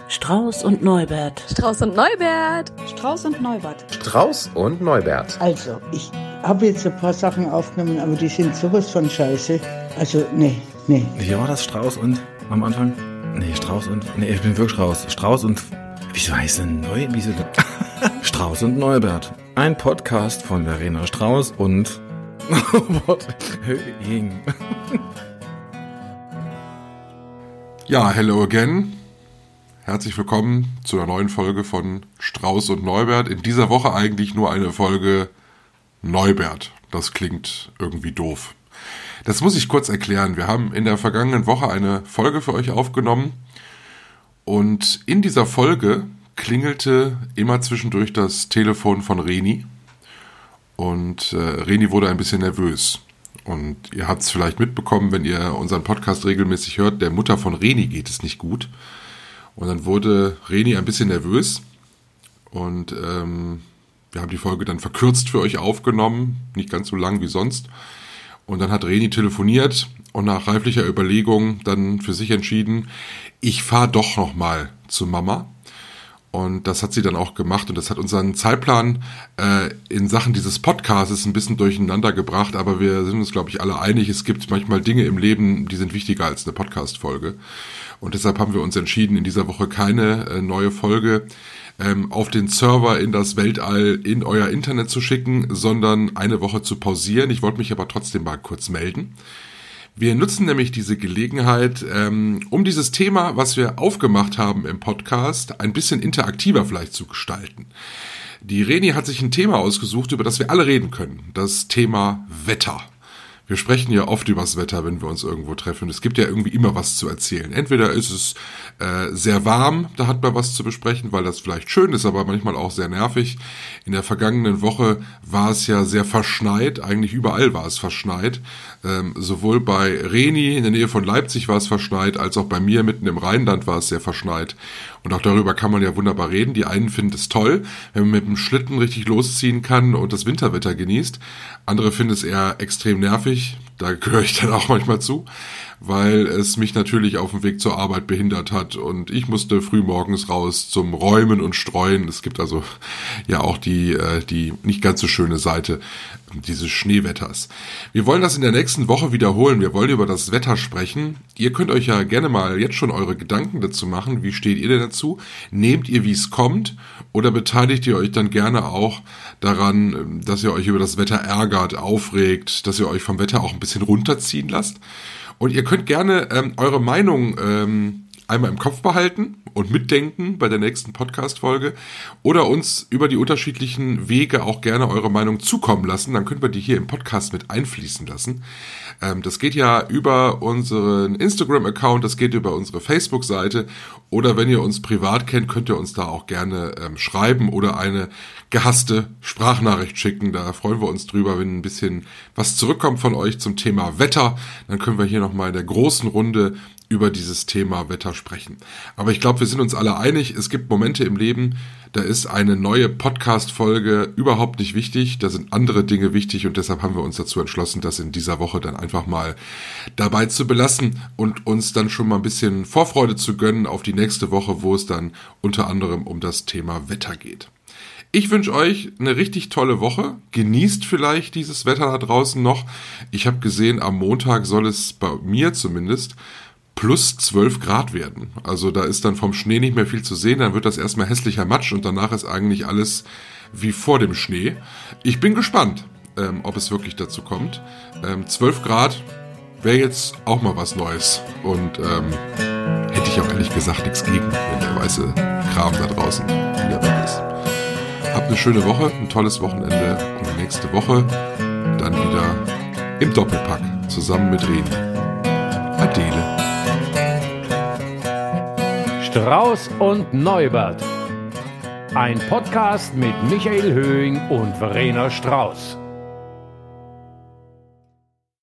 Strauß und Neubert. Strauß und Neubert. Strauß und Neubert. Strauß und Neubert. Also, ich habe jetzt ein paar Sachen aufgenommen, aber die sind sowas von scheiße. Also, nee. Wie war das? Strauß und am Anfang? Nee, Strauß und... Nee, ich bin wirklich raus. Strauß und... Wieso heißt denn neu? Wieso... Strauß und Neubert. Ein Podcast von Verena Strauß und... Robert Höhing. Ja, hello again. Herzlich willkommen zu einer neuen Folge von Strauß und Neubert. In dieser Woche eigentlich nur eine Folge Neubert. Das klingt irgendwie doof. Das muss ich kurz erklären. Wir haben in der vergangenen Woche eine Folge für euch aufgenommen und in dieser Folge klingelte immer zwischendurch das Telefon von Reni und Reni wurde ein bisschen nervös. Und ihr habt es vielleicht mitbekommen, wenn ihr unseren Podcast regelmäßig hört, der Mutter von Reni geht es nicht gut. Und dann wurde Reni ein bisschen nervös und wir haben die Folge dann verkürzt für euch aufgenommen, nicht ganz so lang wie sonst. Und dann hat Reni telefoniert und nach reiflicher Überlegung dann für sich entschieden, ich fahre doch nochmal zu Mama. Und das hat sie dann auch gemacht und das hat unseren Zeitplan in Sachen dieses Podcasts ein bisschen durcheinander gebracht, aber wir sind uns, glaube ich, alle einig, es gibt manchmal Dinge im Leben, die sind wichtiger als eine Podcast-Folge. Und deshalb haben wir uns entschieden, in dieser Woche keine neue Folge auf den Server in das Weltall in euer Internet zu schicken, sondern eine Woche zu pausieren. Ich wollte mich aber trotzdem mal kurz melden. Wir nutzen nämlich diese Gelegenheit, um dieses Thema, was wir aufgemacht haben im Podcast, ein bisschen interaktiver vielleicht zu gestalten. Die Reni hat sich ein Thema ausgesucht, über das wir alle reden können. Das Thema Wetter. Wir sprechen ja oft über das Wetter, wenn wir uns irgendwo treffen. Es gibt ja irgendwie immer was zu erzählen. Entweder ist es sehr warm, da hat man was zu besprechen, weil das vielleicht schön ist, aber manchmal auch sehr nervig. In der vergangenen Woche war es ja sehr verschneit. Eigentlich überall war es verschneit. Sowohl bei Reni in der Nähe von Leipzig war es verschneit, als auch bei mir mitten im Rheinland war es sehr verschneit. Und auch darüber kann man ja wunderbar reden. Die einen finden es toll, wenn man mit dem Schlitten richtig losziehen kann und das Winterwetter genießt. Andere finden es eher extrem nervig. Da gehöre ich dann auch manchmal zu, weil es mich natürlich auf dem Weg zur Arbeit behindert hat und ich musste früh morgens raus zum Räumen und Streuen. Es gibt also ja auch die nicht ganz so schöne Seite dieses Schneewetters. Wir wollen das in der nächsten Woche wiederholen. Wir wollen über das Wetter sprechen. Ihr könnt euch ja gerne mal jetzt schon eure Gedanken dazu machen. Wie steht ihr denn dazu? Nehmt ihr, wie es kommt? Oder beteiligt ihr euch dann gerne auch daran, dass ihr euch über das Wetter ärgert, aufregt, dass ihr euch vom Wetter auch ein bisschen runterziehen lasst? Und ihr könnt gerne eure Meinung einmal im Kopf behalten und mitdenken bei der nächsten Podcast-Folge oder uns über die unterschiedlichen Wege auch gerne eure Meinung zukommen lassen. Dann können wir die hier im Podcast mit einfließen lassen. Das geht ja über unseren Instagram-Account, das geht über unsere Facebook-Seite oder wenn ihr uns privat kennt, könnt ihr uns da auch gerne schreiben oder eine gehasste Sprachnachricht schicken. Da freuen wir uns drüber, wenn ein bisschen was zurückkommt von euch zum Thema Wetter. Dann können wir hier nochmal in der großen Runde über dieses Thema Wetter sprechen. Aber ich glaube, wir sind uns alle einig, es gibt Momente im Leben, da ist eine neue Podcast-Folge überhaupt nicht wichtig, da sind andere Dinge wichtig und deshalb haben wir uns dazu entschlossen, das in dieser Woche dann einfach mal dabei zu belassen und uns dann schon mal ein bisschen Vorfreude zu gönnen auf die nächste Woche, wo es dann unter anderem um das Thema Wetter geht. Ich wünsche euch eine richtig tolle Woche. Genießt vielleicht dieses Wetter da draußen noch. Ich habe gesehen, am Montag soll es bei mir zumindest plus 12 Grad werden. Also da ist dann vom Schnee nicht mehr viel zu sehen, dann wird das erstmal hässlicher Matsch und danach ist eigentlich alles wie vor dem Schnee. Ich bin gespannt, ob es wirklich dazu kommt. 12 Grad wäre jetzt auch mal was Neues und hätte ich auch ehrlich gesagt nichts gegen, wenn der weiße Kram da draußen wieder weg ist. Habt eine schöne Woche, ein tolles Wochenende und nächste Woche dann wieder im Doppelpack zusammen mit Reni. Adele. Strauß und Neubert. Ein Podcast mit Michael Höhing und Verena Strauß.